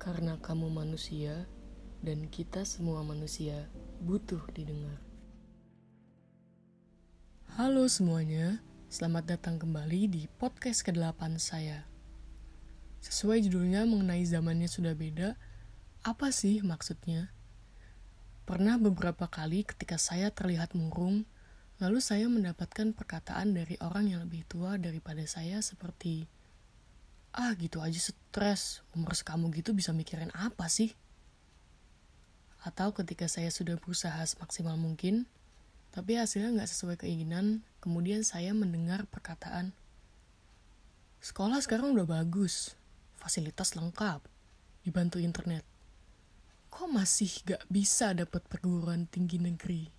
Karena kamu manusia, dan kita semua manusia butuh didengar. Halo semuanya, selamat datang kembali di podcast ke-8 saya. Sesuai judulnya mengenai zamannya sudah beda, apa sih maksudnya? Pernah beberapa kali ketika saya terlihat murung, lalu saya mendapatkan perkataan dari orang yang lebih tua daripada saya seperti, gitu aja stres, umur sekamu gitu bisa mikirin apa sih? Atau ketika saya sudah berusaha semaksimal mungkin, tapi hasilnya nggak sesuai keinginan, kemudian saya mendengar perkataan, sekolah sekarang udah bagus, fasilitas lengkap, dibantu internet. Kok masih gak bisa dapat perguruan tinggi negeri?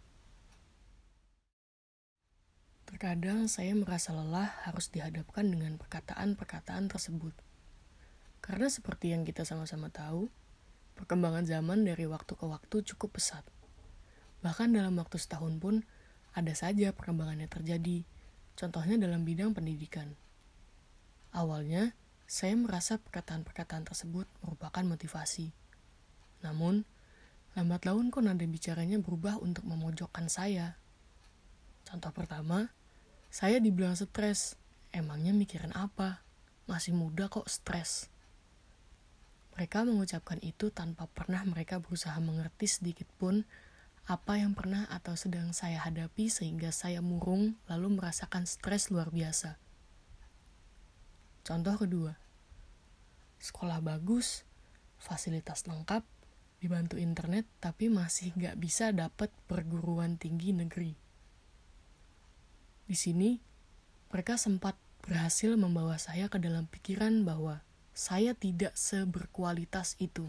Terkadang saya merasa lelah harus dihadapkan dengan perkataan-perkataan tersebut. Karena seperti yang kita sama-sama tahu, perkembangan zaman dari waktu ke waktu cukup pesat. Bahkan dalam waktu setahun pun, ada saja perkembangannya terjadi, contohnya dalam bidang pendidikan. Awalnya, saya merasa perkataan-perkataan tersebut merupakan motivasi. Namun, lambat laun kok nada bicaranya berubah untuk memojokkan saya. Contoh pertama, saya dibilang stres. Emangnya mikirin apa? Masih muda kok stres. Mereka mengucapkan itu tanpa pernah mereka berusaha mengerti sedikit pun apa yang pernah atau sedang saya hadapi sehingga saya murung lalu merasakan stres luar biasa. Contoh kedua, sekolah bagus, fasilitas lengkap, dibantu internet tapi masih gak bisa dapat perguruan tinggi negeri. Di sini, mereka sempat berhasil membawa saya ke dalam pikiran bahwa saya tidak seberkualitas itu.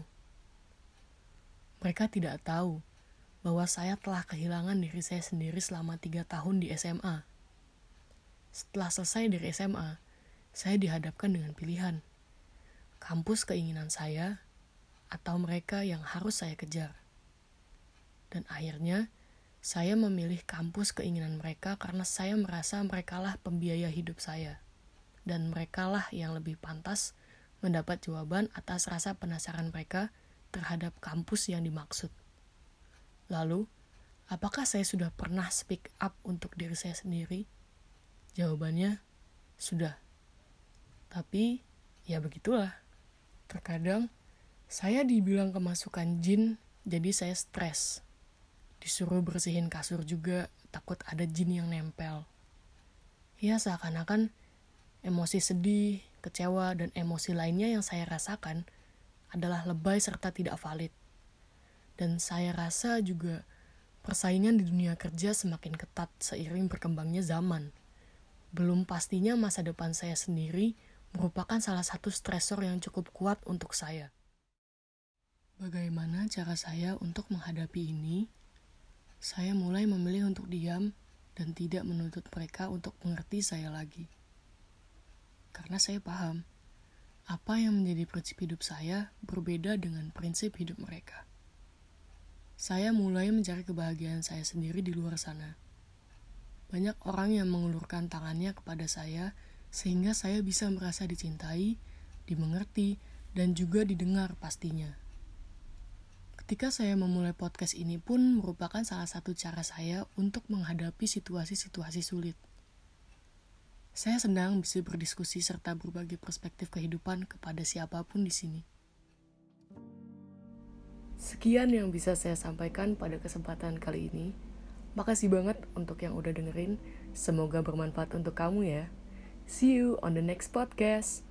Mereka tidak tahu bahwa saya telah kehilangan diri saya sendiri selama 3 tahun di SMA. Setelah selesai dari SMA, saya dihadapkan dengan pilihan, kampus keinginan saya atau mereka yang harus saya kejar. Dan akhirnya, saya memilih kampus keinginan mereka karena saya merasa merekalah pembiaya hidup saya. Dan merekalah yang lebih pantas mendapat jawaban atas rasa penasaran mereka terhadap kampus yang dimaksud. Lalu, apakah saya sudah pernah speak up untuk diri saya sendiri? Jawabannya, sudah. Tapi, ya begitulah. Terkadang, saya dibilang kemasukan jin, jadi saya stres. Disuruh bersihin kasur juga, takut ada jin yang nempel. Ya seakan-akan emosi sedih, kecewa, dan emosi lainnya yang saya rasakan adalah lebay serta tidak valid. Dan saya rasa juga persaingan di dunia kerja semakin ketat seiring berkembangnya zaman. Belum pastinya masa depan saya sendiri merupakan salah satu stresor yang cukup kuat untuk saya. Bagaimana cara saya untuk menghadapi ini? Saya mulai memilih untuk diam dan tidak menuntut mereka untuk mengerti saya lagi. Karena saya paham, apa yang menjadi prinsip hidup saya berbeda dengan prinsip hidup mereka. Saya mulai mencari kebahagiaan saya sendiri di luar sana. Banyak orang yang mengulurkan tangannya kepada saya sehingga saya bisa merasa dicintai, dimengerti, dan juga didengar pastinya. Ketika saya memulai podcast ini pun merupakan salah satu cara saya untuk menghadapi situasi-situasi sulit. Saya senang bisa berdiskusi serta berbagi perspektif kehidupan kepada siapapun di sini. Sekian yang bisa saya sampaikan pada kesempatan kali ini. Makasih banget untuk yang udah dengerin. Semoga bermanfaat untuk kamu ya. See you on the next podcast.